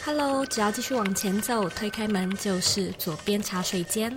Hello， 只要继续往前走，推开门就是左边茶水间。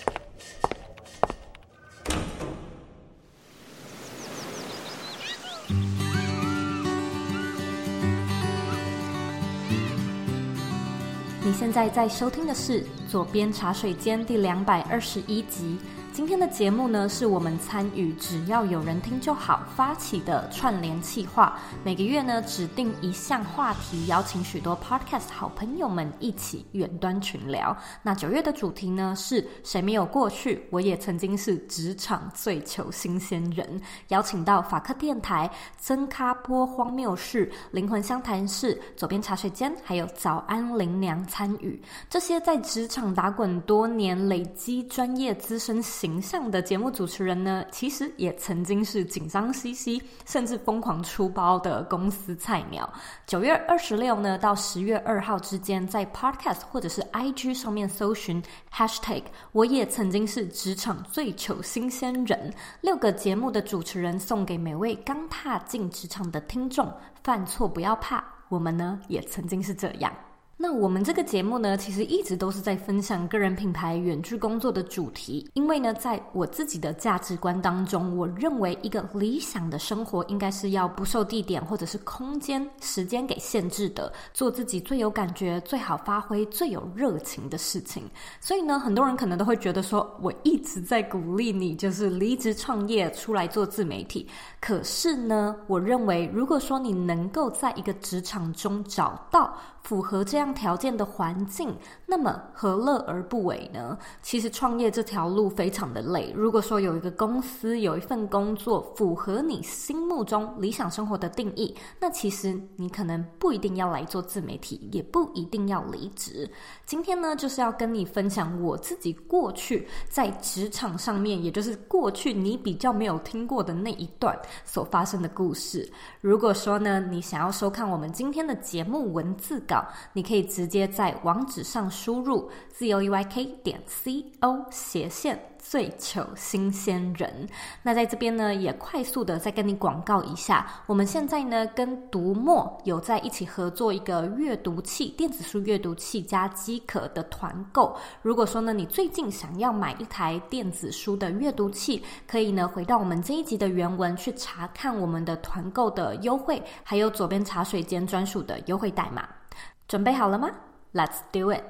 你现在在收听的是左边茶水间第221集。今天的节目呢，是我们参与只要有人听就好发起的串联企划，每个月呢指定一项话题，邀请许多 podcast 好朋友们一起远端群聊。那9月的主题呢是谁没有过去，我也曾经是职场最糗新鲜人，邀请到法克电台、增咖波荒谬室、灵魂相谈室、左边茶水间还有早安灵娘参与。这些在职场打滚多年、累积专业资深形象的节目主持人呢，其实也曾经是紧张兮兮甚至疯狂出包的公司菜鸟。9月26呢到10月2号之间，在 Podcast 或者是 IG 上面搜寻 Hashtag 我也曾经是职场最糗新鲜人，6个节目的主持人送给每位刚踏进职场的听众，犯错不要怕，我们呢也曾经是这样。那我们这个节目呢，其实一直都是在分享个人品牌远距工作的主题，因为呢，在我自己的价值观当中，我认为一个理想的生活应该是要不受地点或者是空间、时间给限制的，做自己最有感觉、最好发挥、最有热情的事情。所以呢，很多人可能都会觉得说，我一直在鼓励你就是离职创业出来做自媒体。可是呢，我认为如果说你能够在一个职场中找到符合这样条件的环境，那么何乐而不为呢？其实创业这条路非常的累，如果说有一个公司有一份工作符合你心目中理想生活的定义，那其实你可能不一定要来做自媒体，也不一定要离职。今天呢，就是要跟你分享我自己过去在职场上面，也就是过去你比较没有听过的那一段所发生的故事。如果说呢，你想要收看我们今天的节目文字稿，你可以直接在网址上输入 zoyk.co/ 最糗新鲜人。那在这边呢，也快速的再跟你广告一下，我们现在呢跟读墨有在一起合作一个阅读器，电子书阅读器加机壳的团购。如果说呢你最近想要买一台电子书的阅读器，可以呢回到我们这一集的原文去查看我们的团购的优惠，还有左边茶水间专属的优惠代码。准备好了吗？ Let's do it！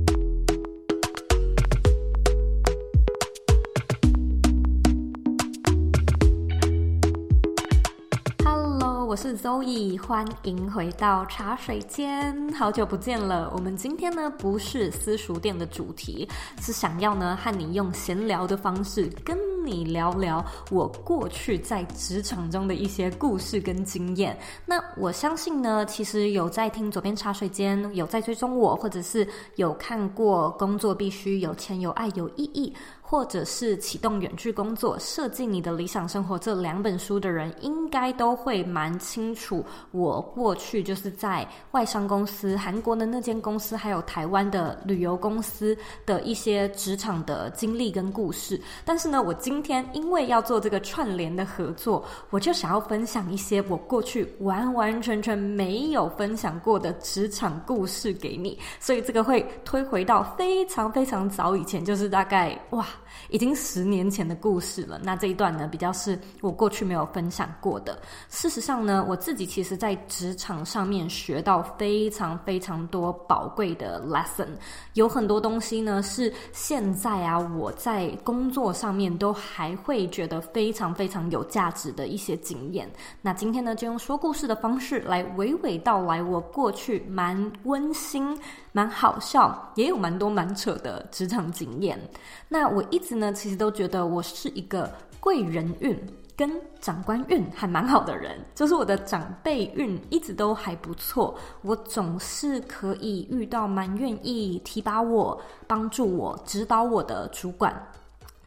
我是 Zoe， 欢迎回到茶水间，好久不见了。我们今天呢不是私塾店的主题，是想要呢和你用闲聊的方式跟你聊聊我过去在职场中的一些故事跟经验。那我相信呢，其实有在听左边茶水间，有在追踪我，或者是有看过工作必须有钱有爱有意义，或者是启动远距工作设计你的理想生活这2本书的人，应该都会蛮清楚我过去就是在外商公司、韩国的那间公司，还有台湾的旅游公司的一些职场的经历跟故事。但是呢，我今天因为要做这个串联的合作，我就想要分享一些我过去完完全全没有分享过的职场故事给你，所以这个会推回到非常非常早以前，就是大概已经10年前的故事了。那这一段呢，比较是我过去没有分享过的。事实上呢，我自己其实在职场上面学到非常非常多宝贵的 lesson， 有很多东西呢是现在啊我在工作上面都还会觉得非常非常有价值的一些经验。那今天呢，就用说故事的方式来娓娓道来我过去蛮温馨、蛮好笑，也有蛮多蛮扯的职场经验。那我一直呢，其实都觉得我是一个贵人运跟长官运还蛮好的人，就是我的长辈运一直都还不错，我总是可以遇到蛮愿意提拔我、帮助我、指导我的主管。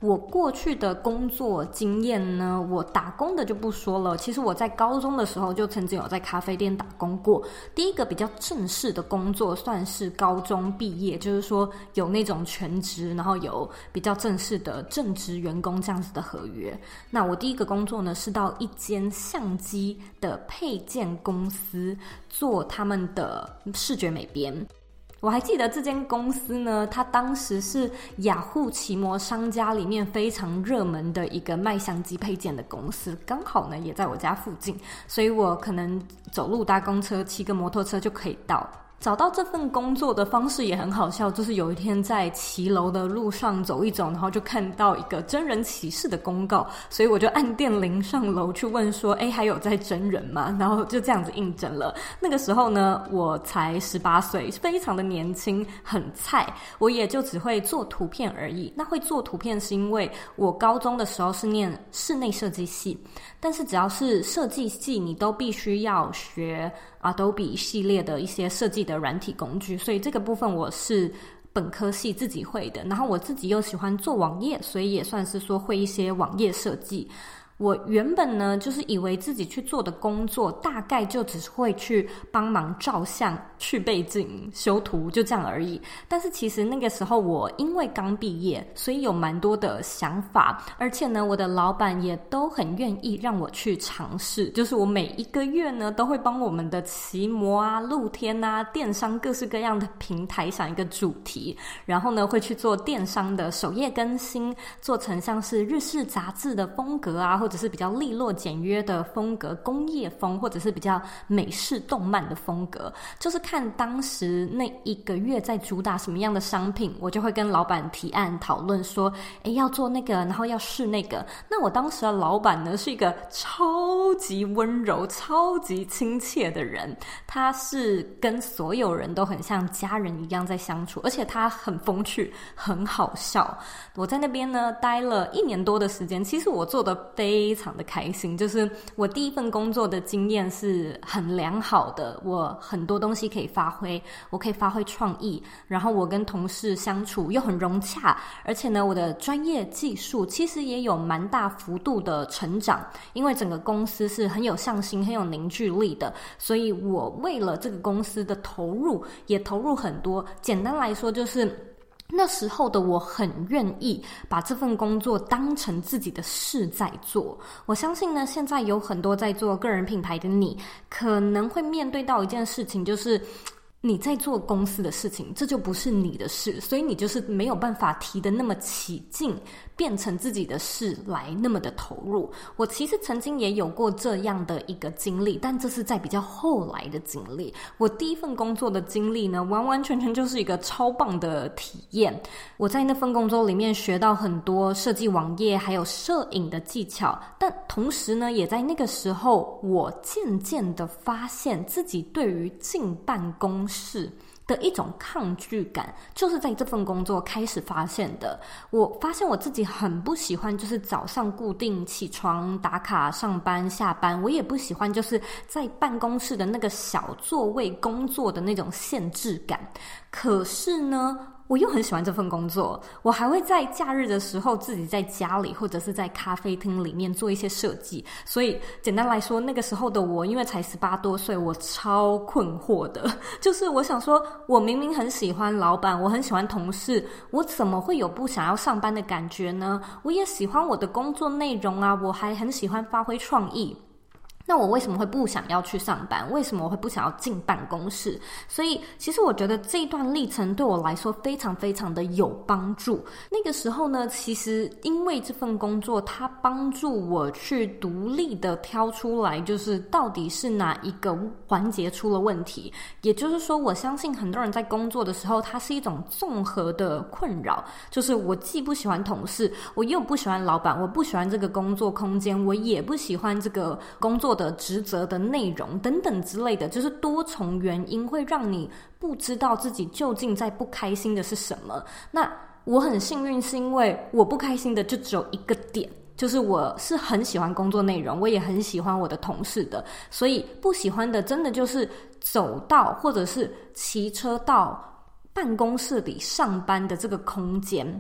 我过去的工作经验呢，我打工的就不说了。其实我在高中的时候就曾经有在咖啡店打工过。第一个比较正式的工作算是高中毕业，就是说有那种全职，然后有比较正式的正职员工这样子的合约。那我第一个工作呢，是到一间相机的配件公司做他们的视觉美编。我还记得这间公司呢，它当时是雅虎奇摩商家里面非常热门的一个卖相机配件的公司，刚好呢也在我家附近，所以我可能走路搭公车骑个摩托车就可以到。找到这份工作的方式也很好笑，就是有一天在骑楼的路上走一走，然后就看到一个真人启事的公告，所以我就按电铃上楼去问说还有在真人吗？然后就这样子应征了。那个时候呢，我才18岁，非常的年轻，很菜，我也就只会做图片而已。那会做图片是因为我高中的时候是念室内设计系，但是只要是设计系你都必须要学Adobe 系列的一些设计的软体工具，所以这个部分我是本科系自己会的。然后我自己又喜欢做网页，所以也算是说会一些网页设计。我原本呢就是以为自己去做的工作大概就只是会去帮忙照相、去背景、修图，就这样而已。但是其实那个时候我因为刚毕业，所以有蛮多的想法，而且呢我的老板也都很愿意让我去尝试，就是我每一个月呢都会帮我们的奇摩露天电商各式各样的平台想一个主题，然后呢会去做电商的首页更新，做成像是日式杂志的风格或者是比较利落简约的风格，工业风，或者是比较美式动漫的风格，就是看当时那一个月在主打什么样的商品，我就会跟老板提案讨论说要做那个，然后要试那个。那我当时的老板呢是一个超级温柔超级亲切的人，他是跟所有人都很像家人一样在相处，而且他很风趣很好笑。我在那边呢待了1年多的时间，其实我做的非常的开心，就是我第一份工作的经验是很良好的，我很多东西可以发挥，我可以发挥创意，然后我跟同事相处又很融洽，而且呢我的专业技术其实也有蛮大幅度的成长，因为整个公司是很有向心很有凝聚力的，所以我为了这个公司的投入也投入很多。简单来说就是那时候的我很愿意把这份工作当成自己的事在做。我相信呢，现在有很多在做个人品牌的你，可能会面对到一件事情，就是你在做公司的事情，这就不是你的事，所以你就是没有办法提得那么起劲，变成自己的事来那么的投入。我其实曾经也有过这样的一个经历，但这是在比较后来的经历。我第一份工作的经历呢，完完全全就是一个超棒的体验。我在那份工作里面学到很多设计网页还有摄影的技巧，但同时呢，也在那个时候我渐渐的发现自己对于进办公室的一种抗拒感，就是在这份工作开始发现的。我发现我自己很不喜欢就是早上固定起床打卡上班下班，我也不喜欢就是在办公室的那个小座位工作的那种限制感。可是呢，我又很喜欢这份工作，我还会在假日的时候自己在家里或者是在咖啡厅里面做一些设计。所以简单来说，那个时候的我因为才18多岁，我超困惑的，就是我想说我明明很喜欢老板，我很喜欢同事，我怎么会有不想要上班的感觉呢？我也喜欢我的工作内容我还很喜欢发挥创意，那我为什么会不想要去上班？为什么我会不想要进办公室？所以其实我觉得这一段历程对我来说非常非常的有帮助。那个时候呢，其实因为这份工作它帮助我去独立的挑出来，就是到底是哪一个环节出了问题。也就是说，我相信很多人在工作的时候，它是一种综合的困扰，就是我既不喜欢同事，我又不喜欢老板，我不喜欢这个工作空间，我也不喜欢这个工作的职责的内容等等之类的，就是多重原因会让你不知道自己究竟在不开心的是什么。那我很幸运是因为我不开心的就只有一个点，就是我是很喜欢工作内容，我也很喜欢我的同事的，所以不喜欢的真的就是走到或者是骑车到办公室里上班的这个空间。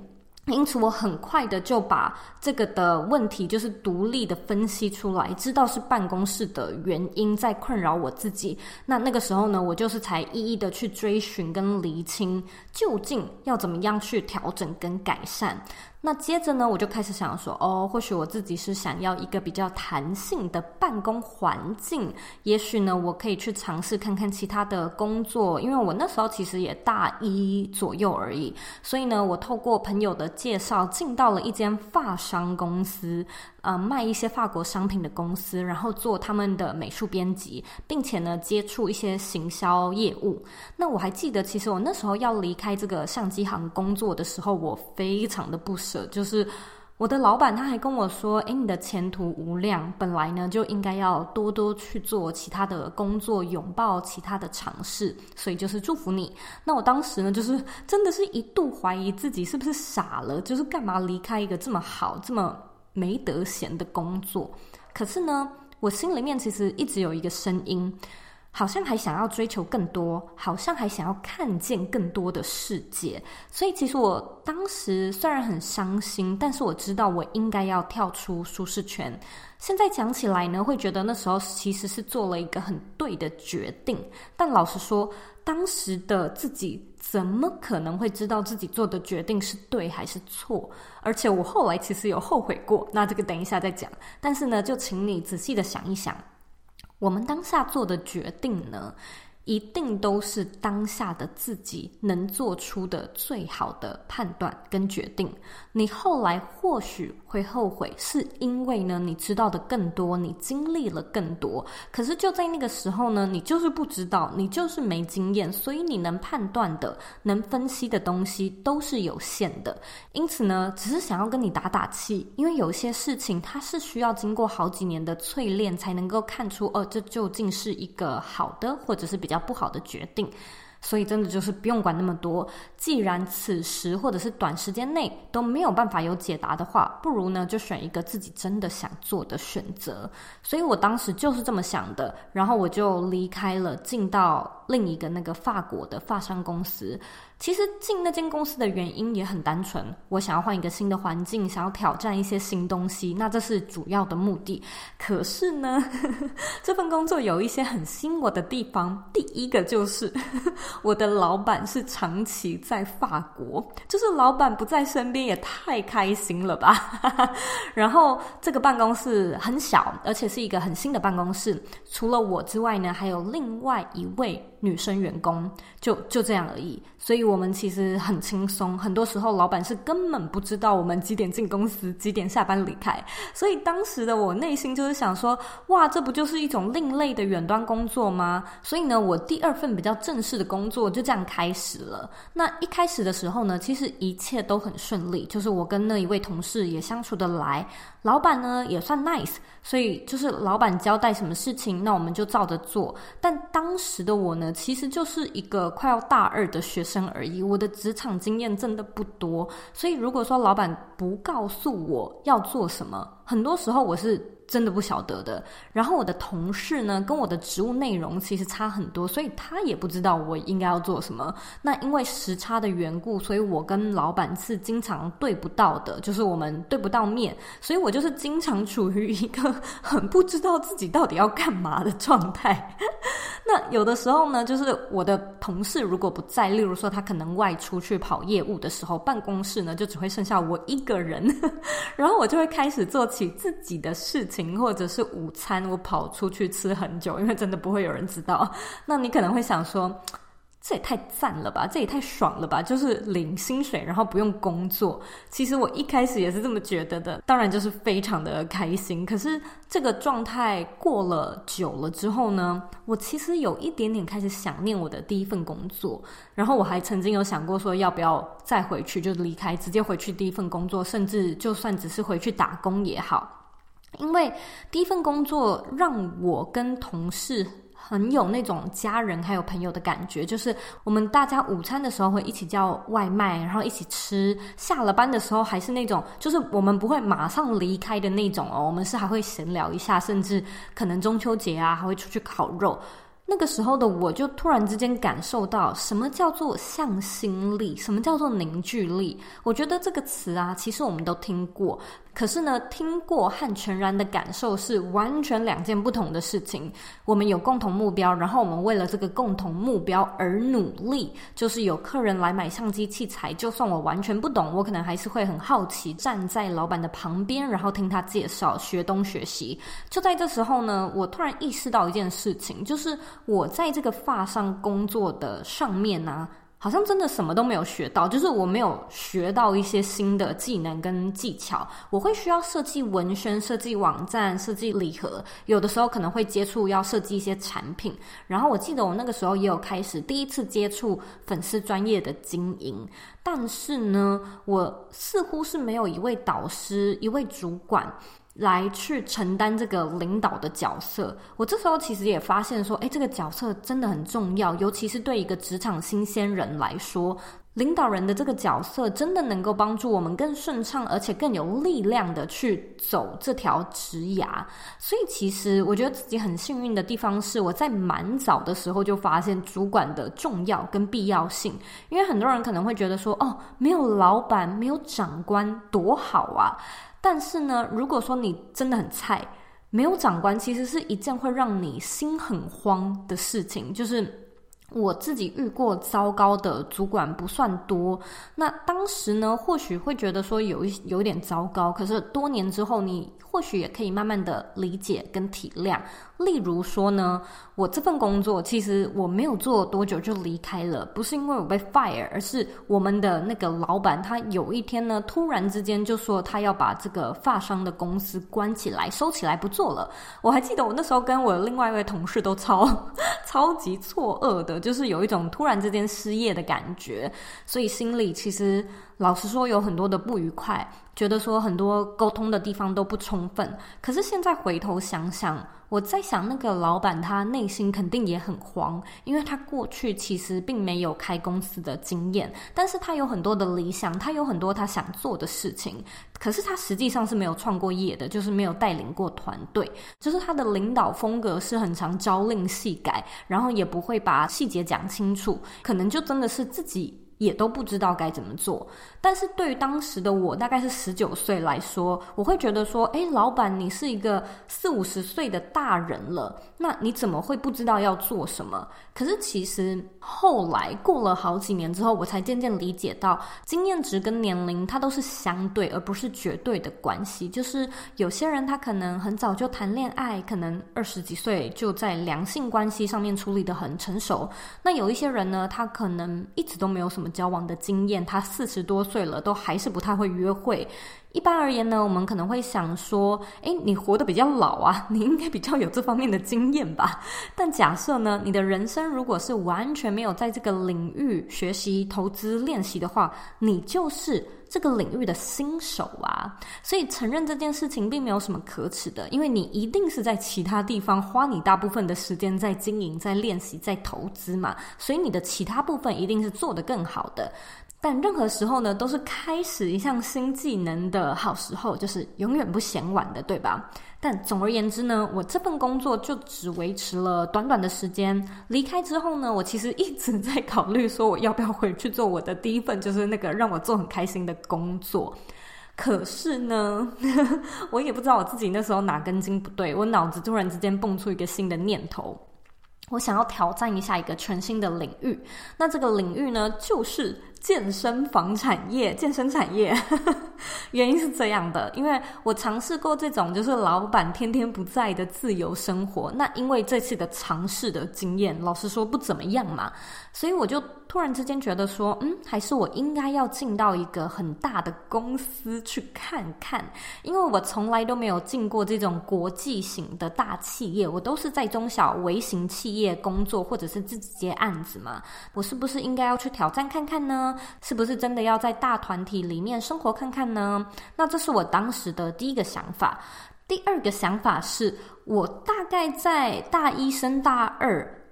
因此我很快的就把这个的问题就是独立的分析出来，知道是办公室的原因在困扰我自己。那个时候呢，我就是才一一的去追寻跟厘清究竟要怎么样去调整跟改善。那接着呢，我就开始想说，或许我自己是想要一个比较弹性的办公环境，也许呢，我可以去尝试看看其他的工作，因为我那时候其实也大一左右而已，所以呢，我透过朋友的介绍进到了一间法商公司，卖一些法国商品的公司，然后做他们的美术编辑，并且呢，接触一些行销业务。那我还记得，其实我那时候要离开这个相机行工作的时候，我非常的不舍，就是我的老板他还跟我说，你的前途无量，本来呢就应该要多多去做其他的工作，拥抱其他的尝试，所以就是祝福你。那我当时呢，就是真的是一度怀疑自己是不是傻了，就是干嘛离开一个这么好这么没得闲的工作。可是呢，我心里面其实一直有一个声音，好像还想要追求更多，好像还想要看见更多的世界。所以其实我当时虽然很伤心，但是我知道我应该要跳出舒适圈。现在讲起来呢，会觉得那时候其实是做了一个很对的决定，但老实说，当时的自己怎么可能会知道自己做的决定是对还是错？而且我后来其实有后悔过，那这个等一下再讲。但是呢，就请你仔细的想一想，我们当下做的决定呢，一定都是当下的自己能做出的最好的判断跟决定。你后来或许会后悔，是因为呢你知道的更多，你经历了更多，可是就在那个时候呢，你就是不知道，你就是没经验，所以你能判断的能分析的东西都是有限的。因此呢，只是想要跟你打打气，因为有些事情它是需要经过好几年的淬炼才能够看出这究竟是一个好的或者是比较不好的决定。所以真的就是不用管那么多，既然此时或者是短时间内都没有办法有解答的话，不如呢就选一个自己真的想做的选择。所以我当时就是这么想的，然后我就离开了，进到另一个那个法国的法商公司。其实进那间公司的原因也很单纯，我想要换一个新的环境，想要挑战一些新东西，那这是主要的目的。可是呢这份工作有一些很吸引我的地方。第一个就是我的老板是长期在法国，就是老板不在身边也太开心了吧然后这个办公室很小，而且是一个很新的办公室，除了我之外呢，还有另外一位女生员工，就这样而已。所以我们其实很轻松，很多时候老板是根本不知道我们几点进公司，几点下班离开。所以当时的我内心就是想说，哇，这不就是一种另类的远端工作吗？所以呢，我第二份比较正式的工作就这样开始了。那一开始的时候呢，其实一切都很顺利，就是我跟那一位同事也相处得来，老板呢也算 nice， 所以就是老板交代什么事情，那我们就照着做。但当时的我呢，其实就是一个快要大二的学生而已，我的职场经验真的不多，所以如果说老板不告诉我要做什么，很多时候我是真的不晓得的。然后我的同事呢，跟我的职务内容其实差很多，所以他也不知道我应该要做什么。那因为时差的缘故，所以我跟老板是经常对不到的，就是我们对不到面，所以我就是经常处于一个很不知道自己到底要干嘛的状态那有的时候呢，就是我的同事如果不在，例如说他可能外出去跑业务的时候，办公室呢就只会剩下我一个人然后我就会开始做起自己的事情，或者是午餐我跑出去吃很久，因为真的不会有人知道。那你可能会想说，这也太赞了吧，这也太爽了吧，就是领薪水然后不用工作。其实我一开始也是这么觉得的，当然就是非常的开心。可是这个状态过了久了之后呢，我其实有一点点开始想念我的第一份工作，然后我还曾经有想过说要不要再回去，就离开直接回去第一份工作，甚至就算只是回去打工也好。因为第一份工作让我跟同事很有那种家人还有朋友的感觉，就是我们大家午餐的时候会一起叫外卖，然后一起吃，下了班的时候还是那种就是我们不会马上离开的那种我们是还会闲聊一下，甚至可能中秋节啊还会出去烤肉。 那个时候的我就突然之间感受到什么叫做向心力，什么叫做凝聚力。我觉得这个词啊，其实我们都听过，可是呢，听过和全然的感受是完全两件不同的事情。我们有共同目标，然后我们为了这个共同目标而努力，就是有客人来买相机器材，就算我完全不懂，我可能还是会很好奇，站在老板的旁边，然后听他介绍，学东学西。就在这时候呢，我突然意识到一件事情，就是我在这个发商工作的上面啊，好像真的什么都没有学到，就是我没有学到一些新的技能跟技巧。我会需要设计文宣、设计网站、设计礼盒，有的时候可能会接触要设计一些产品。然后我记得我那个时候也有开始第一次接触粉丝专业的经营，但是呢，我似乎是没有一位导师、一位主管来去承担这个领导的角色。我这时候其实也发现说，这个角色真的很重要，尤其是对一个职场新鲜人来说，领导人的这个角色真的能够帮助我们更顺畅而且更有力量的去走这条职涯。所以其实我觉得自己很幸运的地方是，我在蛮早的时候就发现主管的重要跟必要性。因为很多人可能会觉得说，没有老板没有长官多好啊，但是呢，如果说你真的很菜，没有长官其实是一件会让你心很慌的事情。就是我自己遇过糟糕的主管不算多，那当时呢或许会觉得说有点糟糕，可是多年之后你或许也可以慢慢的理解跟体谅。例如说呢，我这份工作其实我没有做多久就离开了，不是因为我被 fire， 而是我们的那个老板他有一天呢突然之间就说他要把这个发商的公司关起来收起来不做了。我还记得我那时候跟我另外一位同事都超级错愕的，就是有一种突然之间失业的感觉，所以心里其实老实说有很多的不愉快，觉得说很多沟通的地方都不充分。可是现在回头想想，我在想那个老板他内心肯定也很慌，因为他过去其实并没有开公司的经验，但是他有很多的理想，他有很多他想做的事情，可是他实际上是没有创过业的，就是没有带领过团队，就是他的领导风格是很常朝令夕改，然后也不会把细节讲清楚，可能就真的是自己也都不知道该怎么做。但是对于当时的我，大概是19岁来说，我会觉得说，老板你是一个40-50岁的大人了，那你怎么会不知道要做什么？可是其实后来过了好几年之后，我才渐渐理解到，经验值跟年龄它都是相对而不是绝对的关系。就是有些人他可能很早就谈恋爱，可能20几岁就在两性关系上面处理得很成熟，那有一些人呢，他可能一直都没有什么交往的经验，他40多岁了都还是不太会约会。一般而言呢，我们可能会想说，你活得比较老啊，你应该比较有这方面的经验吧。但假设呢，你的人生如果是完全没有在这个领域学习、投资、练习的话，你就是这个领域的新手啊。所以承认这件事情并没有什么可耻的，因为你一定是在其他地方花你大部分的时间在经营、在练习、在投资嘛，所以你的其他部分一定是做得更好的。但任何时候呢，都是开始一项新技能的好时候，就是永远不嫌晚的，对吧？但总而言之呢，我这份工作就只维持了短短的时间。离开之后呢，我其实一直在考虑说，我要不要回去做我的第一份，就是那个让我做很开心的工作。可是呢我也不知道我自己那时候哪根筋不对，我脑子突然之间蹦出一个新的念头，我想要挑战一下一个全新的领域。那这个领域呢，就是健身房产业，健身产业原因是这样的，因为我尝试过这种就是老板天天不在的自由生活，那因为这次的尝试的经验老实说不怎么样嘛，所以我就突然之间觉得说还是我应该要进到一个很大的公司去看看。因为我从来都没有进过这种国际型的大企业，我都是在中小微型企业工作，或者是自己接案子嘛，我是不是应该要去挑战看看呢？是不是真的要在大团体里面生活看看呢？那这是我当时的第一个想法。第二个想法是，我大概在大一升大二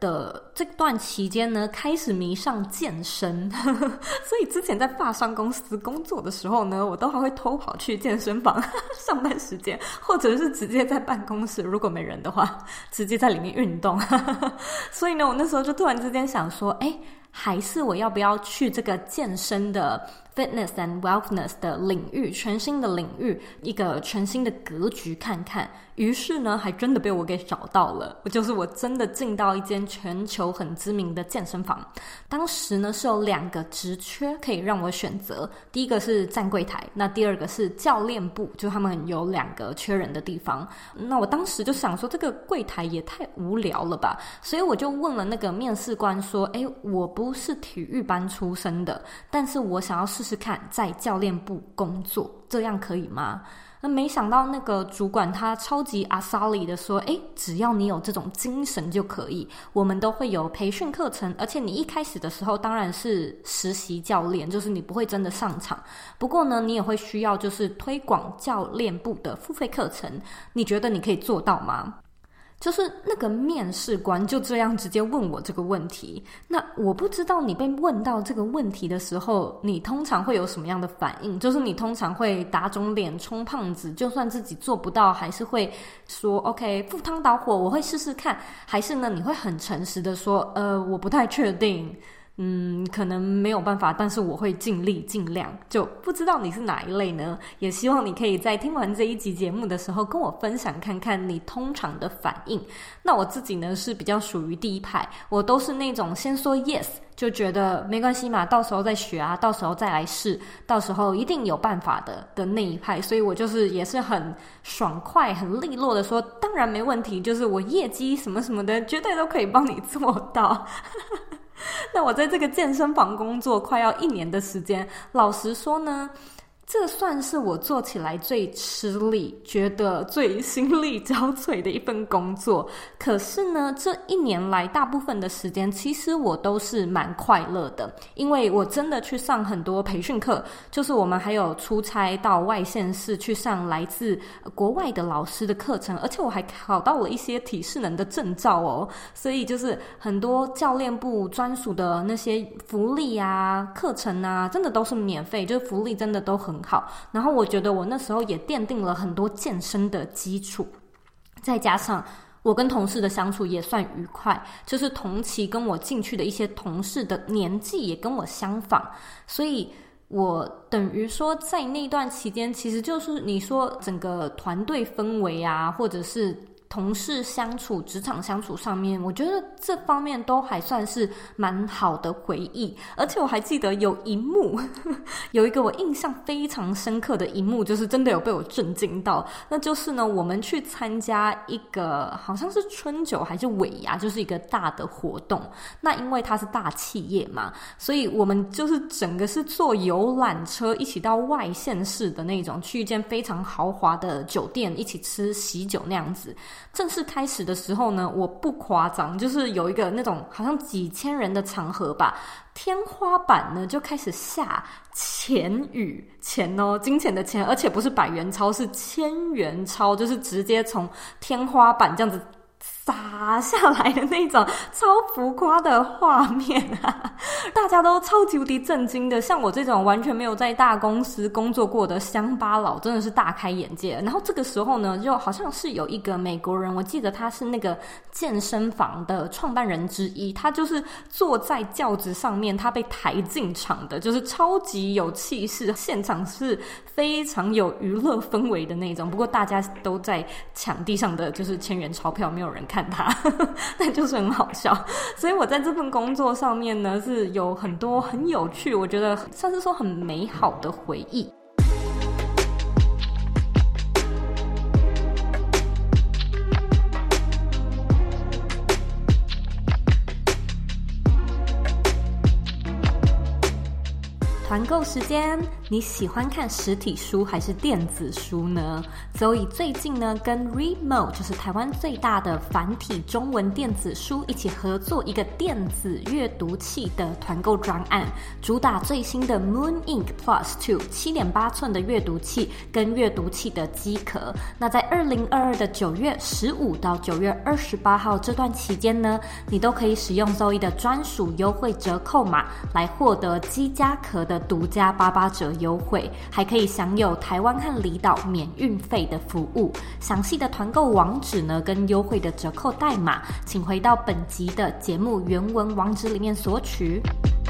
的这段期间呢，开始迷上健身所以之前在发商公司工作的时候呢，我都还会偷跑去健身房上班时间，或者是直接在办公室，如果没人的话直接在里面运动所以呢，我那时候就突然之间想说，还是我要不要去这个健身的 fitness and wellness 的领域，全新的领域，一个全新的格局看看。于是呢，还真的被我给找到了，我真的进到一间全球很知名的健身房。当时呢是有2个职缺可以让我选择，第一个是站柜台，那第二个是教练部，就他们有2个缺人的地方。那我当时就想说，这个柜台也太无聊了吧，所以我就问了那个面试官说，我不是体育班出身的，但是我想要试试看在教练部工作，这样可以吗？那没想到那个主管他超级阿萨里的说，只要你有这种精神就可以，我们都会有培训课程，而且你一开始的时候当然是实习教练，就是你不会真的上场，不过呢你也会需要就是推广教练部的付费课程，你觉得你可以做到吗？就是那个面试官就这样直接问我这个问题。那我不知道你被问到这个问题的时候，你通常会有什么样的反应？就是你通常会打肿脸充胖子，就算自己做不到还是会说 OK 赴汤蹈火我会试试看，还是呢你会很诚实的说我不太确定，可能没有办法，但是我会尽力尽量。就不知道你是哪一类呢？也希望你可以在听完这一集节目的时候跟我分享看看你通常的反应。那我自己呢是比较属于第一派，我都是那种先说 yes 就觉得没关系嘛，到时候再学啊，到时候再来试，到时候一定有办法的那一派。所以我就是也是很爽快很利落的说当然没问题，就是我业绩什么什么的绝对都可以帮你做到那我在这个健身房工作快要1年的时间，老实说呢，这算是我做起来最吃力，觉得最心力交瘁的一份工作。可是呢，这1年来大部分的时间其实我都是蛮快乐的，因为我真的去上很多培训课，就是我们还有出差到外县市去上来自国外的老师的课程，而且我还考到了一些体适能的证照哦。所以就是很多教练部专属的那些福利啊、课程啊，真的都是免费，就是福利真的都很好。然后我觉得我那时候也奠定了很多健身的基础，再加上我跟同事的相处也算愉快，就是同期跟我进去的一些同事的年纪也跟我相仿，所以我等于说在那段期间，其实就是你说整个团队氛围啊，或者是同事相处、职场相处上面，我觉得这方面都还算是蛮好的回忆。而且我还记得有一幕有一个我印象非常深刻的一幕，就是真的有被我震惊到。那就是呢，我们去参加一个好像是春酒还是尾牙，就是一个大的活动。那因为它是大企业嘛，所以我们就是整个是坐游览车一起到外县市的那种，去一间非常豪华的酒店一起吃喜酒那样子。正式开始的时候呢，我不夸张，就是有一个那种好像几千人的场合吧，天花板呢就开始下钱雨，钱哦，金钱的钱，而且不是100元钞，是1000元钞，就是直接从天花板这样子洒下来的那种超浮夸的画面啊，大家都超级无敌震惊的。像我这种完全没有在大公司工作过的乡巴佬，真的是大开眼界。然后这个时候呢，就好像是有一个美国人，我记得他是那个健身房的创办人之一，他就是坐在轿子上面，他被抬进场的，就是超级有气势，现场是非常有娱乐氛围的那种。不过大家都在抢地上的就是1000元钞票，没有人看他但就是很好笑。所以我在这份工作上面呢，是有很多很有趣，我觉得算是说很美好的回忆。 团购时间，你喜欢看实体书还是电子书呢？Zoe 最近呢跟 Readmo 就是台湾最大的繁体中文电子书一起合作一个电子阅读器的团购专案，主打最新的 Moon Ink Plus 2 7.8 寸的阅读器跟阅读器的机壳。那在2022的9月15到9月28号这段期间呢，你都可以使用 Zoe 的专属优惠折扣码来获得机加壳的独家88折优惠，还可以享有台湾和离岛免运费的服务。详细的团购网址呢跟优惠的折扣代码，请回到本集的节目原文网址里面索取。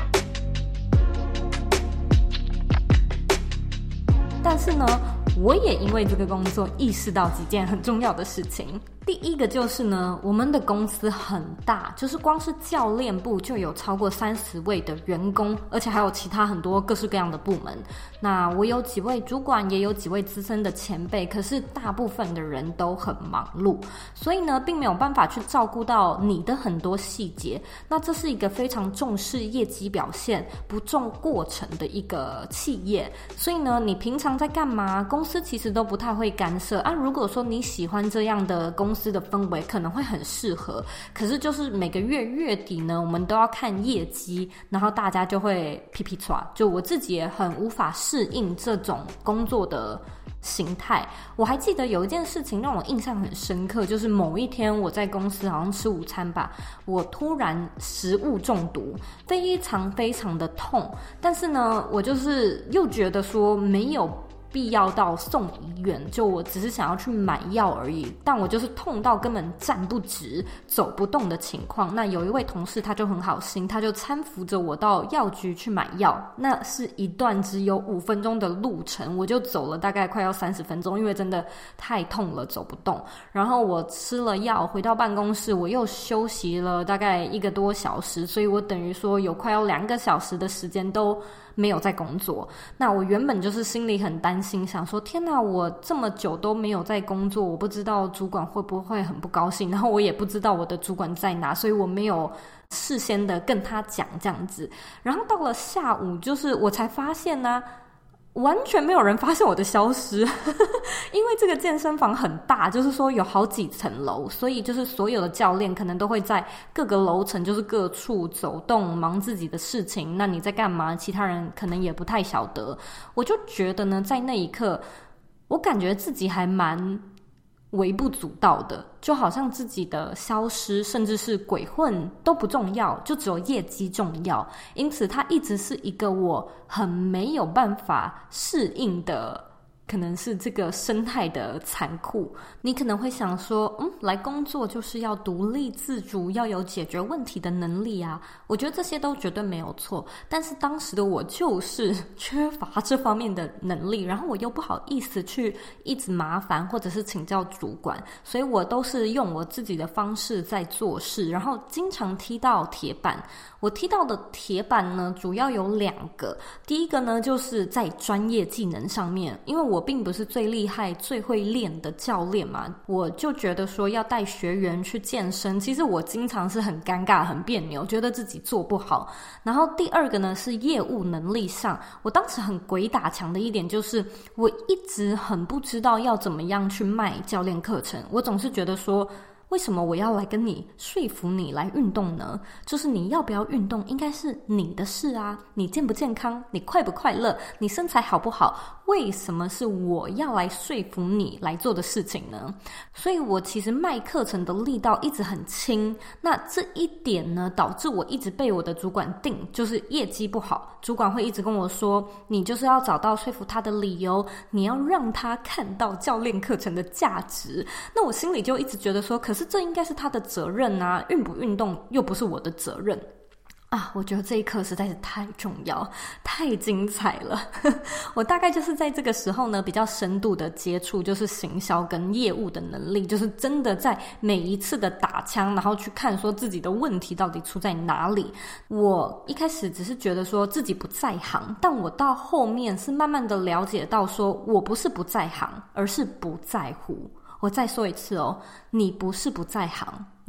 但是呢，我也因为这个工作意识到几件很重要的事情。第一个就是呢，我们的公司很大，就是光是教练部就有超过30位的员工，而且还有其他很多各式各样的部门。那我有几位主管，也有几位资深的前辈，可是大部分的人都很忙碌，所以呢，并没有办法去照顾到你的很多细节。那这是一个非常重视业绩表现、不重过程的一个企业，所以呢，你平常在干嘛，公司其实都不太会干涉啊。如果说你喜欢这样的公司的氛围，可能会很适合。可是就是每个月月底呢，我们都要看业绩，然后大家就会噼噼唰，就我自己也很无法适应这种工作的形态。我还记得有一件事情让我印象很深刻，就是某一天我在公司好像吃午餐吧，我突然食物中毒，非常非常的痛，但是呢，我就是又觉得说没有必要到送医院，就我只是想要去买药而已，但我就是痛到根本站不直走不动的情况。那有一位同事他就很好心，他就搀扶着我到药局去买药，那是一段只有5分钟的路程，我就走了大概快要30分钟，因为真的太痛了走不动。然后我吃了药回到办公室，我又休息了大概1个多小时，所以我等于说有快要2个小时的时间都没有在工作。那我原本就是心里很担心，想说天哪，我这么久都没有在工作，我不知道主管会不会很不高兴，然后我也不知道我的主管在哪，所以我没有事先的跟他讲这样子。然后到了下午，就是我才发现呢，完全没有人发现我的消失因为这个健身房很大，就是说有好几层楼，所以就是所有的教练可能都会在各个楼层就是各处走动忙自己的事情，那你在干嘛其他人可能也不太晓得。我就觉得呢，在那一刻我感觉自己还蛮微不足道的，就好像自己的消失甚至是鬼混都不重要，就只有业绩重要。因此它一直是一个我很没有办法适应的，可能是这个生态的残酷。你可能会想说来工作就是要独立自主，要有解决问题的能力啊。我觉得这些都绝对没有错，但是当时的我就是缺乏这方面的能力，然后我又不好意思去一直麻烦或者是请教主管，所以我都是用我自己的方式在做事，然后经常踢到铁板。我踢到的铁板呢，主要有2个。第一个呢，就是在专业技能上面，因为我并不是最厉害最会练的教练嘛，我就觉得说要带学员去健身，其实我经常是很尴尬很别扭，觉得自己做不好。然后第2个呢，是业务能力上，我当时很鬼打墙的一点就是我一直很不知道要怎么样去卖教练课程。我总是觉得说，为什么我要来跟你说服你来运动呢？就是你要不要运动应该是你的事啊，你健不健康，你快不快乐，你身材好不好，为什么是我要来说服你来做的事情呢？所以我其实卖课程的力道一直很轻，那这一点呢，导致我一直被我的主管定，就是业绩不好，主管会一直跟我说，你就是要找到说服他的理由，你要让他看到教练课程的价值。那我心里就一直觉得说，可是这应该是他的责任啊，运不运动又不是我的责任啊。我觉得这一课实在是太重要太精彩了我大概就是在这个时候呢，比较深度的接触就是行销跟业务的能力，就是真的在每一次的打枪，然后去看说自己的问题到底出在哪里。我一开始只是觉得说自己不在行，但我到后面是慢慢的了解到说，我不是不在行，而是不在乎。我再说一次哦，你不是不在行，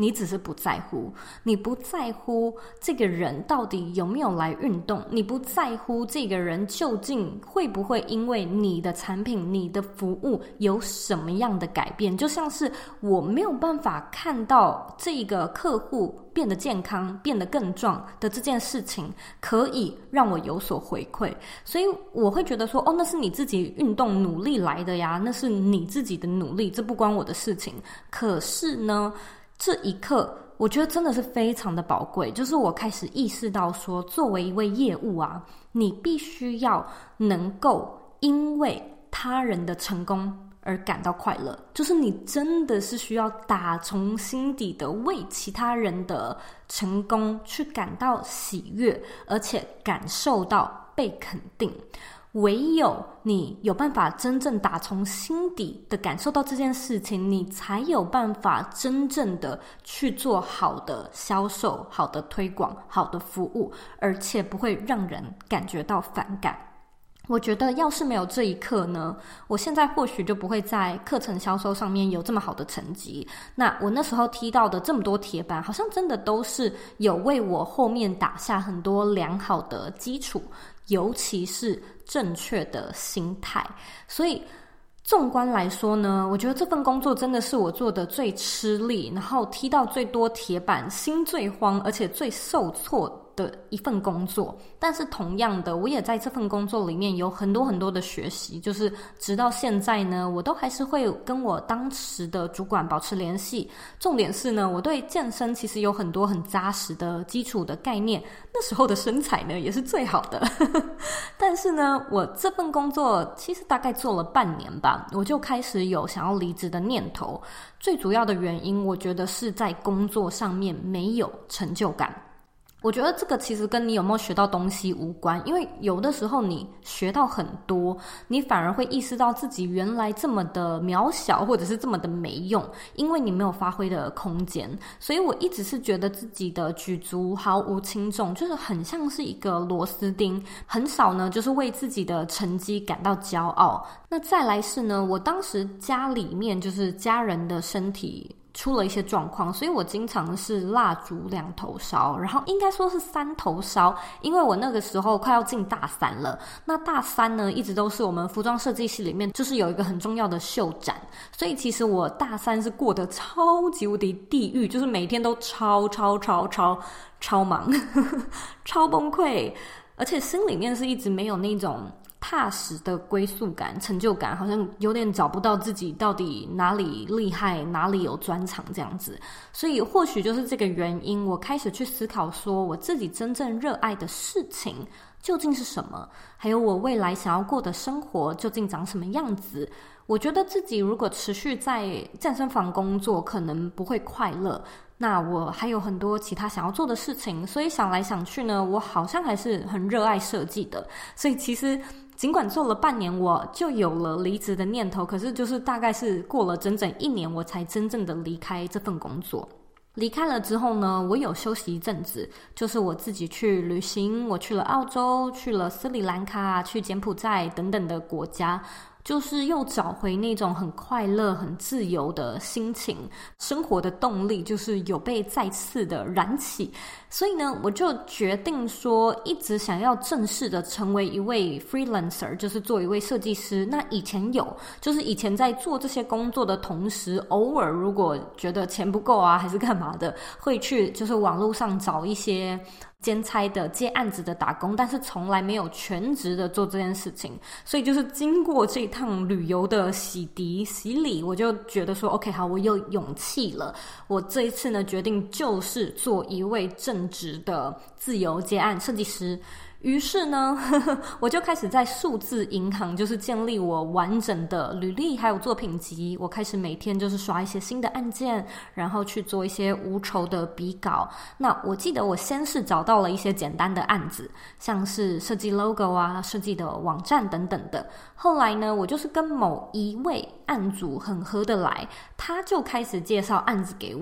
你只是不在乎，你不在乎这个人到底有没有来运动，你不在乎这个人究竟会不会因为你的产品、你的服务有什么样的改变。就像是我没有办法看到这个客户变得健康、变得更壮的这件事情可以让我有所回馈，所以我会觉得说，那是你自己运动努力来的呀，那是你自己的努力，这不关我的事情。可是呢，这一刻我觉得真的是非常的宝贵，就是我开始意识到说，作为一位业务啊，你必须要能够因为他人的成功而感到快乐，就是你真的是需要打从心底的为其他人的成功去感到喜悦，而且感受到被肯定。唯有你有办法真正打从心底的感受到这件事情，你才有办法真正的去做好的销售、好的推广、好的服务，而且不会让人感觉到反感。我觉得要是没有这一刻呢，我现在或许就不会在课程销售上面有这么好的成绩。那我那时候踢到的这么多铁板，好像真的都是有为我后面打下很多良好的基础，尤其是正确的心态。所以纵观来说呢，我觉得这份工作真的是我做的最吃力，然后踢到最多铁板，心最慌，而且最受挫的一份工作。但是同样的，我也在这份工作里面有很多很多的学习，就是直到现在呢，我都还是会跟我当时的主管保持联系。重点是呢，我对健身其实有很多很扎实的基础的概念，那时候的身材呢也是最好的但是呢，我这份工作其实大概做了半年吧，我就开始有想要离职的念头。最主要的原因，我觉得是在工作上面没有成就感。我觉得这个其实跟你有没有学到东西无关，因为有的时候你学到很多，你反而会意识到自己原来这么的渺小，或者是这么的没用，因为你没有发挥的空间。所以我一直是觉得自己的举足毫无轻重，就是很像是一个螺丝钉，很少呢就是为自己的成绩感到骄傲。那再来是呢，我当时家里面就是家人的身体出了一些状况，所以我经常是蜡烛2头烧，然后应该说是3头烧，因为我那个时候快要进大3了。那大3呢，一直都是我们服装设计系里面就是有一个很重要的秀展，所以其实我大3是过得超级无敌地狱，就是每天都超忙超崩溃，而且心里面是一直没有那种踏实的归宿感、成就感，好像有点找不到自己到底哪里厉害，哪里有专长这样子。所以或许就是这个原因，我开始去思考说，我自己真正热爱的事情究竟是什么，还有我未来想要过的生活究竟长什么样子。我觉得自己如果持续在健身房工作，可能不会快乐，那我还有很多其他想要做的事情，所以想来想去呢，我好像还是很热爱设计的。所以其实尽管做了半年，我就有了离职的念头，可是就是大概是过了整整1年，我才真正的离开这份工作。离开了之后呢，我有休息一阵子，就是我自己去旅行，我去了澳洲，去了斯里兰卡，去柬埔寨等等的国家，就是又找回那种很快乐、很自由的心情，生活的动力就是有被再次的燃起。所以呢，我就决定说，一直想要正式的成为一位 freelancer， 就是做一位设计师。那以前就是以前在做这些工作的同时，偶尔如果觉得钱不够啊，还是干嘛的，会去就是网络上找一些兼差的接案子的打工，但是从来没有全职的做这件事情。所以就是经过这趟旅游的洗涤洗礼，我就觉得说 OK 好，我有勇气了，我这一次呢决定就是做一位正职的自由接案设计师。于是呢我就开始在数字银行就是建立我完整的履历还有作品集，我开始每天就是刷一些新的案件，然后去做一些无酬的笔稿。那我记得我先是找到了一些简单的案子，像是设计 logo 啊，设计的网站等等的。后来呢，我就是跟某一位案主很合得来，他就开始介绍案子给我。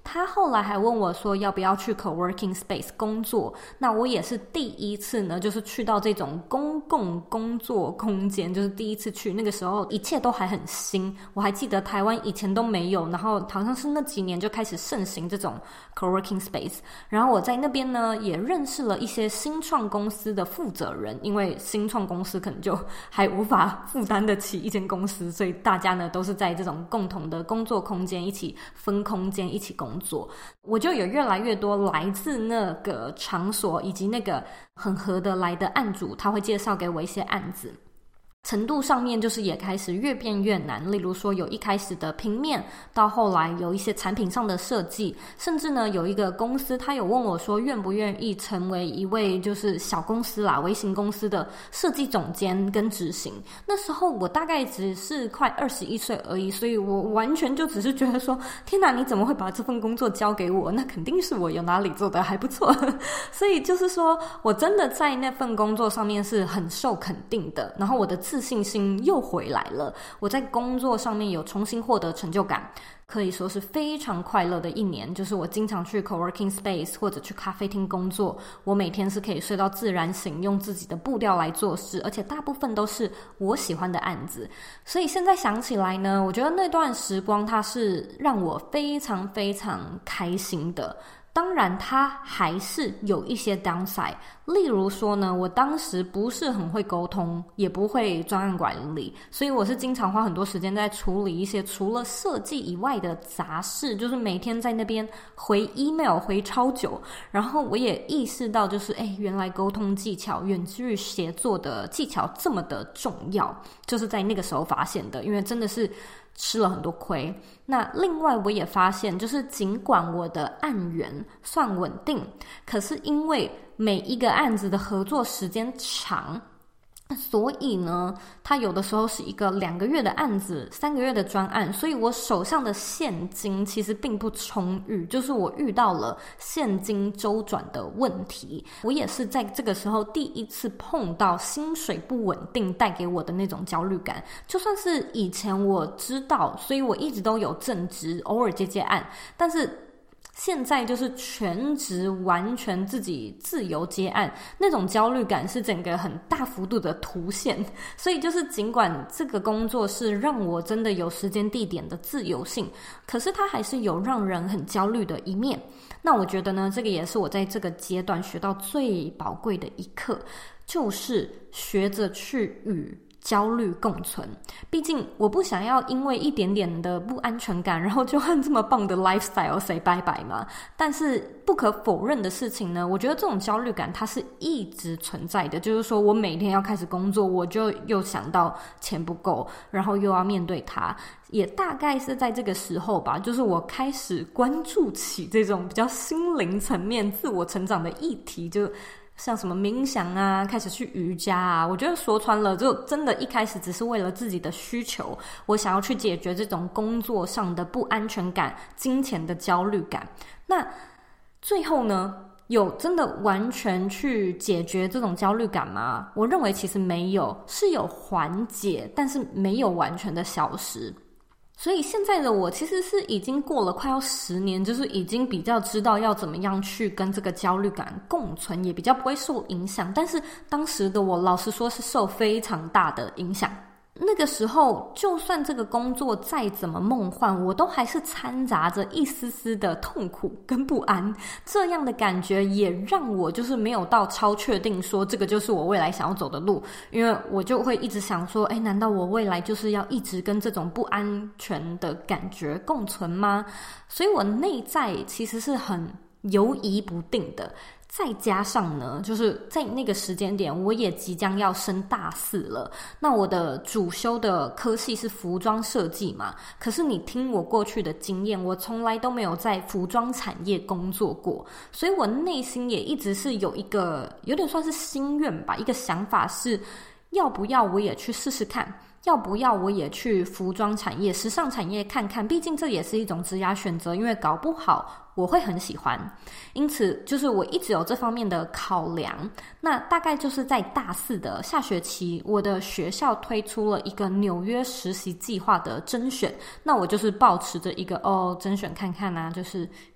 他后来还问我说要不要去 coworking space 工作，那我也是第一次呢，就是去到这种公共工作空间，就是第一次去，那个时候一切都还很新，我还记得台湾以前都没有，然后好像是那几年就开始盛行这种 coworking space， 然后我在那边呢也认识了一些新创公司的负责人，因为新创公司可能就还无法负担得起一间公司，所以大家呢都是在这种共同的工作空间一起分空间一起工作，我就有越来越多来自那个场所以及那个很合得来的案主，他会介绍给我一些案子，程度上面就是也开始越变越难，例如说有一开始的平面，到后来有一些产品上的设计，甚至呢有一个公司他有问我说愿不愿意成为一位就是小公司啦微型公司的设计总监跟执行，那时候我大概只是快21岁而已，所以我完全就只是觉得说天哪，你怎么会把这份工作交给我，那肯定是我有哪里做得还不错所以就是说我真的在那份工作上面是很受肯定的，然后我的自信心又回来了，我在工作上面有重新获得成就感，可以说是非常快乐的一年，就是我经常去 coworking space 或者去咖啡厅工作，我每天是可以睡到自然醒，用自己的步调来做事，而且大部分都是我喜欢的案子，所以现在想起来呢，我觉得那段时光它是让我非常非常开心的，当然它还是有一些 downside， 例如说呢，我当时不是很会沟通，也不会专案管理，所以我是经常花很多时间在处理一些除了设计以外的杂事，就是每天在那边回 email 回超久，然后我也意识到就是原来沟通技巧远距协作的技巧这么的重要，就是在那个时候发现的，因为真的是吃了很多亏。那另外我也发现，就是尽管我的案源算稳定，可是因为每一个案子的合作时间长，所以呢它有的时候是一个2个月的案子，3个月的专案，所以我手上的现金其实并不充裕，就是我遇到了现金周转的问题，我也是在这个时候第一次碰到薪水不稳定带给我的那种焦虑感，就算是以前我知道，所以我一直都有正职，偶尔接案，但是现在就是全职完全自己自由接案，那种焦虑感是整个很大幅度的凸显，所以就是尽管这个工作是让我真的有时间地点的自由性，可是它还是有让人很焦虑的一面。那我觉得呢，这个也是我在这个阶段学到最宝贵的一课，就是学着去与焦虑共存。毕竟我不想要因为一点点的不安全感，然后就和这么棒的 lifestyle say bye bye 嘛。但是不可否认的事情呢，我觉得这种焦虑感它是一直存在的，就是说我每天要开始工作，我就又想到钱不够，然后又要面对它。也大概是在这个时候吧，就是我开始关注起这种比较心灵层面自我成长的议题，就像什么冥想啊，开始去瑜伽啊，我觉得说穿了就真的一开始只是为了自己的需求，我想要去解决这种工作上的不安全感、金钱的焦虑感。那最后呢，有真的完全去解决这种焦虑感吗？我认为其实没有，是有缓解，但是没有完全的消失。所以现在的我其实是已经过了快要10年，就是已经比较知道要怎么样去跟这个焦虑感共存，也比较不会受影响。但是当时的我老实说是受非常大的影响。那个时候就算这个工作再怎么梦幻，我都还是掺杂着一丝丝的痛苦跟不安，这样的感觉也让我就是没有到超确定说这个就是我未来想要走的路，因为我就会一直想说难道我未来就是要一直跟这种不安全的感觉共存吗？所以我内在其实是很犹疑不定的。再加上呢，就是在那个时间点我也即将要升大4了，那我的主修的科系是服装设计嘛，可是你听我过去的经验，我从来都没有在服装产业工作过，所以我内心也一直是有一个有点算是心愿吧，一个想法是要不要我也去试试看，要不要我也去服装产业、时尚产业看看，毕竟这也是一种职业选择，因为搞不好我会很喜欢。因此就是我一直有这方面的考量。那大概就是在大4的下学期，我的学校推出了一个纽约实习计划的甄选，那我就是抱持着一个甄选看看啊，就是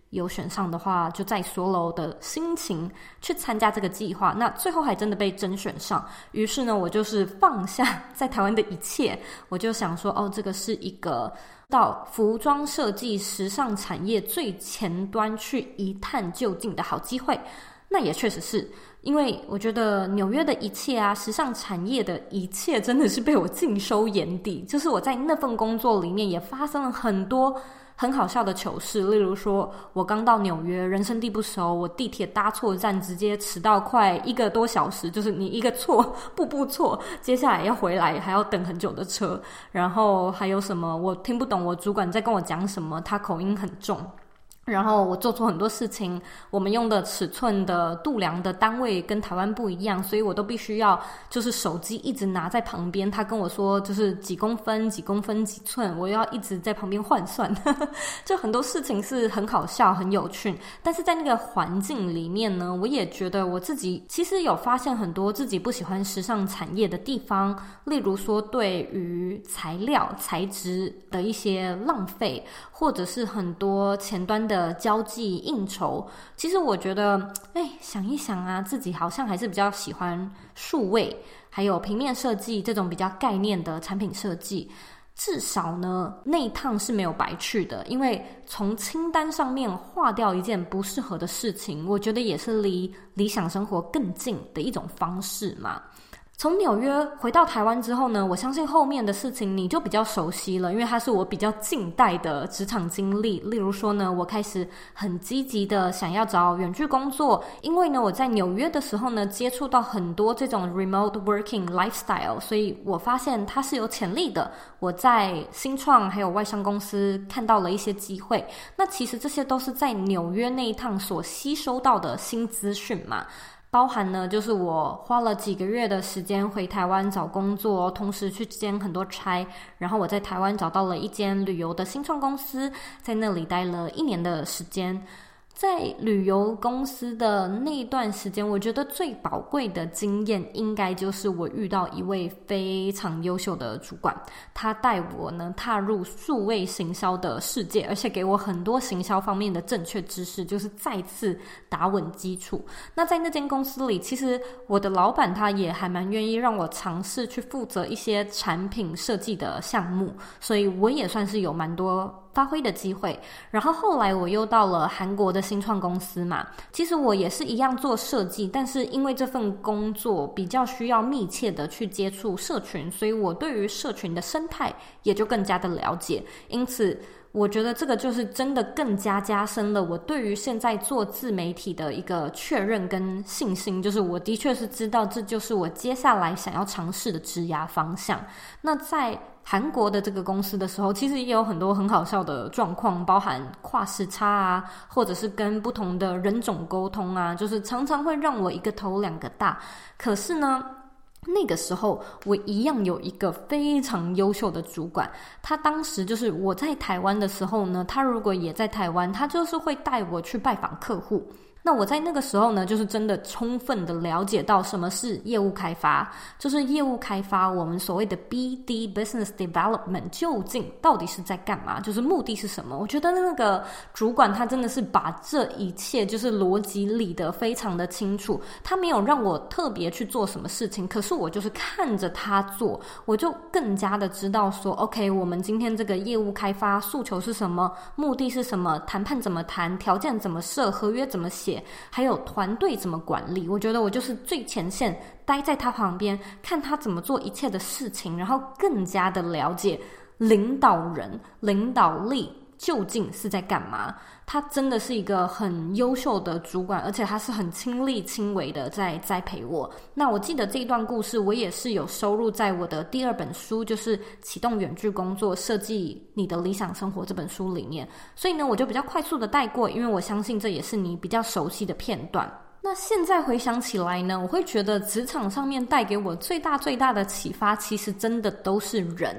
有选上的话，就再说喽的心情去参加这个计划。那最后还真的被甄选上，于是呢，我就是放下在台湾的一切，我就想说，这个是一个到服装设计时尚产业最前端去一探究竟的好机会。那也确实是，因为我觉得纽约的一切啊，时尚产业的一切真的是被我尽收眼底。就是我在那份工作里面也发生了很多很好笑的糗事，例如说我刚到纽约，人生地不熟，我地铁搭错站，直接迟到快1个多小时，就是你一个错，步步错，接下来要回来还要等很久的车。然后还有什么我听不懂我主管在跟我讲什么，他口音很重，然后我做错很多事情，我们用的尺寸的度量的单位跟台湾不一样，所以我都必须要就是手机一直拿在旁边，他跟我说就是几公分几公分几寸，我要一直在旁边换算就很多事情是很好笑很有趣，但是在那个环境里面呢，我也觉得我自己其实有发现很多自己不喜欢时尚产业的地方，例如说对于材料材质的一些浪费，或者是很多前端的交际应酬。其实我觉得想一想啊，自己好像还是比较喜欢数位还有平面设计这种比较概念的产品设计。至少呢那一趟是没有白去的，因为从清单上面划掉一件不适合的事情，我觉得也是离理想生活更近的一种方式嘛。从纽约回到台湾之后呢，我相信后面的事情你就比较熟悉了，因为它是我比较近代的职场经历。例如说呢，我开始很积极的想要找远距工作，因为呢我在纽约的时候呢接触到很多这种 remote working lifestyle， 所以我发现它是有潜力的。我在新创还有外商公司看到了一些机会，那其实这些都是在纽约那一趟所吸收到的新资讯嘛。包含呢，就是我花了几个月的时间回台湾找工作，同时去兼很多差，然后我在台湾找到了一间旅游的新创公司，在那里待了1年的时间。在旅游公司的那一段时间，我觉得最宝贵的经验应该就是我遇到一位非常优秀的主管，他带我呢踏入数位行销的世界，而且给我很多行销方面的正确知识，就是再次打稳基础。那在那间公司里，其实我的老板他也还蛮愿意让我尝试去负责一些产品设计的项目，所以我也算是有蛮多发挥的机会。然后后来我又到了韩国的新创公司嘛，其实我也是一样做设计，但是因为这份工作比较需要密切的去接触社群，所以我对于社群的生态也就更加的了解。因此我觉得这个就是真的更加加深了我对于现在做自媒体的一个确认跟信心，就是我的确是知道这就是我接下来想要尝试的职涯方向。那在韩国的这个公司的时候，其实也有很多很好笑的状况，包含跨时差啊，或者是跟不同的人种沟通啊，就是常常会让我一个头两个大。可是呢那个时候我一样有一个非常优秀的主管，他当时就是我在台湾的时候呢，他如果也在台湾，他就是会带我去拜访客户。那我在那个时候呢，就是真的充分的了解到什么是业务开发，就是业务开发我们所谓的 BD Business Development 究竟到底是在干嘛，就是目的是什么。我觉得那个主管他真的是把这一切就是逻辑理得非常的清楚，他没有让我特别去做什么事情，可是我就是看着他做，我就更加的知道说 OK 我们今天这个业务开发诉求是什么，目的是什么，谈判怎么谈，条件怎么设，合约怎么写，还有团队怎么管理。我觉得我就是最前线待在他旁边，看他怎么做一切的事情，然后更加的了解领导人领导力究竟是在干嘛。他真的是一个很优秀的主管，而且他是很亲力亲为的在栽培我。那我记得这一段故事我也是有收录在我的第2本书，就是启动远距工作设计你的理想生活这本书里面，所以呢我就比较快速的带过，因为我相信这也是你比较熟悉的片段。那现在回想起来呢，我会觉得职场上面带给我最大的启发其实真的都是人。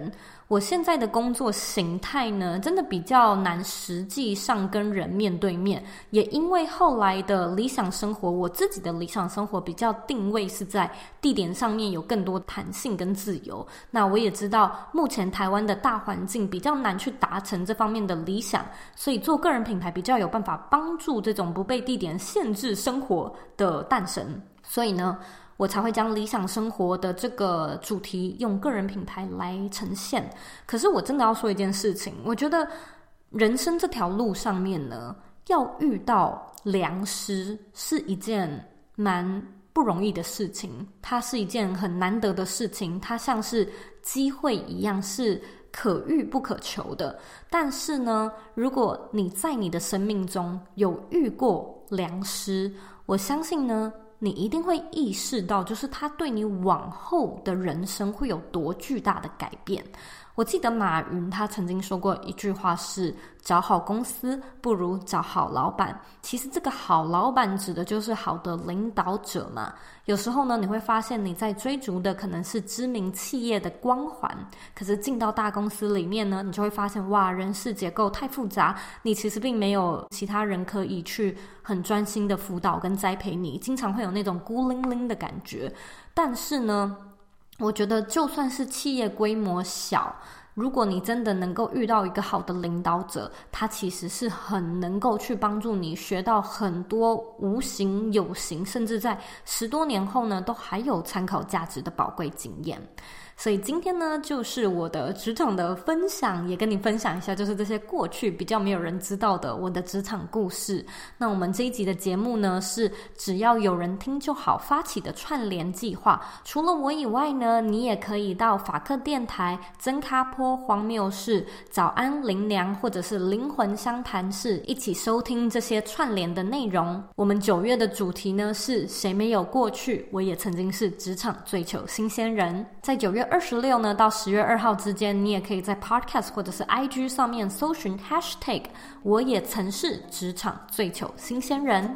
我现在的工作形态呢，真的比较难实际上跟人面对面，也因为后来的理想生活，我自己的理想生活比较定位是在地点上面有更多弹性跟自由。那我也知道目前台湾的大环境比较难去达成这方面的理想，所以做个人品牌比较有办法帮助这种不被地点限制生活的诞生。所以呢，我才会将理想生活的这个主题用个人品牌来呈现。可是我真的要说一件事情，我觉得人生这条路上面呢，要遇到良师是一件蛮不容易的事情，它是一件很难得的事情，它像是机会一样，是可遇不可求的。但是呢，如果你在你的生命中有遇过良师，我相信呢，你一定会意识到，就是他对你往后的人生会有多巨大的改变。我记得马云他曾经说过一句话是，找好公司不如找好老板。其实这个好老板指的就是好的领导者嘛。有时候呢，你会发现你在追逐的可能是知名企业的光环，可是进到大公司里面呢，你就会发现哇，人事结构太复杂，你其实并没有其他人可以去很专心的辅导跟栽培你，经常会有那种孤零零的感觉。但是呢，我觉得就算是企业规模小，如果你真的能够遇到一个好的领导者，他其实是很能够去帮助你学到很多无形有形，甚至在10多年后呢，都还有参考价值的宝贵经验。所以今天呢，就是我的职场的分享，也跟你分享一下，就是这些过去比较没有人知道的我的职场故事。那我们这一集的节目呢，是只要有人听就好发起的串联计划。除了我以外呢，你也可以到法克电台、真咖坡、荒谬室、早安灵娘或者是灵魂相谈室一起收听这些串联的内容。我们9月的主题呢是谁没有过去，我也曾经是职场最糗新鲜人。在9月26呢到10月2号之间，你也可以在 Podcast 或者是 IG 上面搜寻 Hashtag 我也曾是职场最糗新鲜人。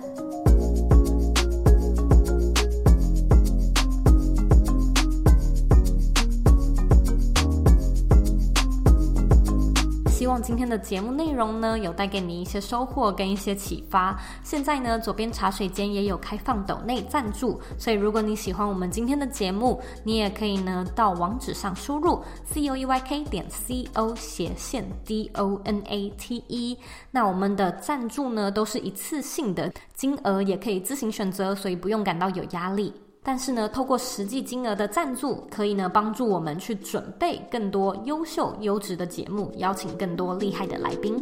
希望今天的节目内容呢，有带给你一些收获跟一些启发。现在呢，左边茶水间也有开放抖内赞助，所以如果你喜欢我们今天的节目，你也可以呢到网址上输入 coeyk.co/donate。那我们的赞助呢都是一次性的，金额也可以自行选择，所以不用感到有压力。但是呢，透过实际金额的赞助，可以呢帮助我们去准备更多优秀优质的节目，邀请更多厉害的来宾。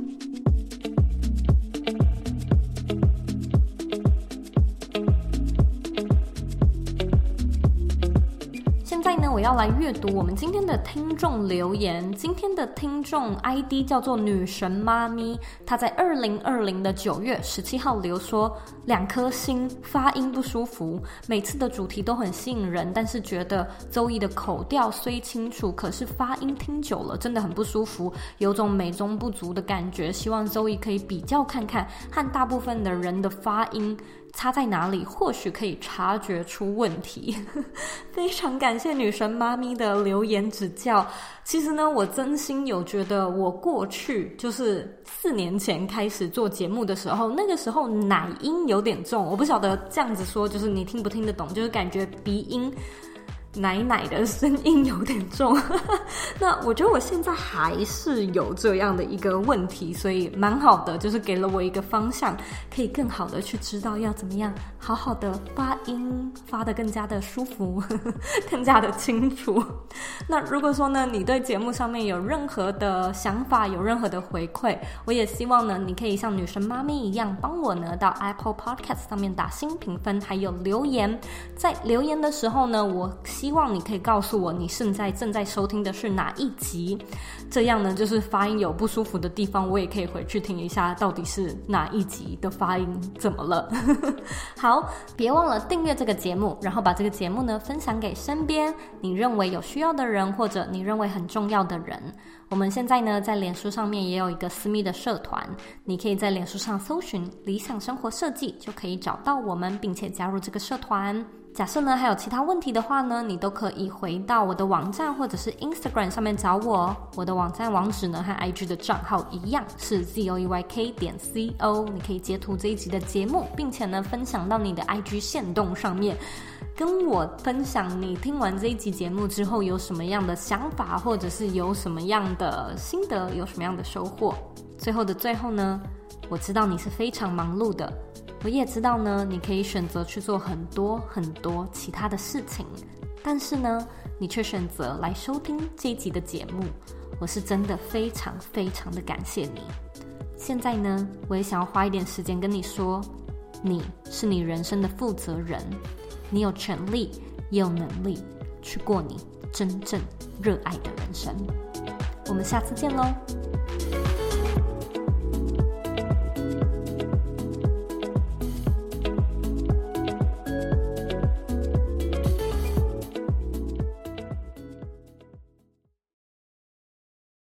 我要来阅读我们今天的听众留言。今天的听众 ID 叫做女神妈咪，她在2020的9月17号留说，2颗星，发音不舒服，每次的主题都很吸引人，但是觉得周易的口调虽清楚，可是发音听久了真的很不舒服，有种美中不足的感觉，希望周易可以比较看看和大部分的人的发音差在哪里，或许可以察觉出问题。非常感谢女神妈咪的留言指教。其实呢，我真心有觉得我过去就是4年前开始做节目的时候，那个时候奶音有点重，我不晓得这样子说就是你听不听得懂，就是感觉鼻音奶奶的声音有点重。那我觉得我现在还是有这样的一个问题，所以蛮好的，就是给了我一个方向，可以更好的去知道要怎么样好好的发音，发得更加的舒服，更加的清楚。那如果说呢，你对节目上面有任何的想法，有任何的回馈，我也希望呢，你可以像女神妈咪一样，帮我呢到 Apple Podcast 上面打新评分，还有留言。在留言的时候呢，我希望你可以告诉我你现在正在收听的是哪一集，这样呢就是发音有不舒服的地方，我也可以回去听一下到底是哪一集的发音怎么了。好，别忘了订阅这个节目，然后把这个节目呢分享给身边你认为有需要的人，或者你认为很重要的人。我们现在呢在脸书上面也有一个私密的社团，你可以在脸书上搜寻理想生活设计，就可以找到我们并且加入这个社团。 假设呢还有其他问题的话呢，你都可以回到我的网站或者是 Instagram 上面找我哦。我的网站网址呢和 IG 的账号一样是 zoeyk.co， 你可以截图这一集的节目，并且呢分享到你的 IG 限动上面，跟我分享你听完这一集节目之后有什么样的想法，或者是有什么样的心得，有什么样的收获。最后的最后呢，我知道你是非常忙碌的，我也知道呢，你可以选择去做很多很多其他的事情，但是呢，你却选择来收听这一集的节目，我是真的非常非常的感谢你。现在呢，我也想要花一点时间跟你说，你是你人生的负责人，你有权利也有能力去过你真正热爱的人生。我们下次见咯。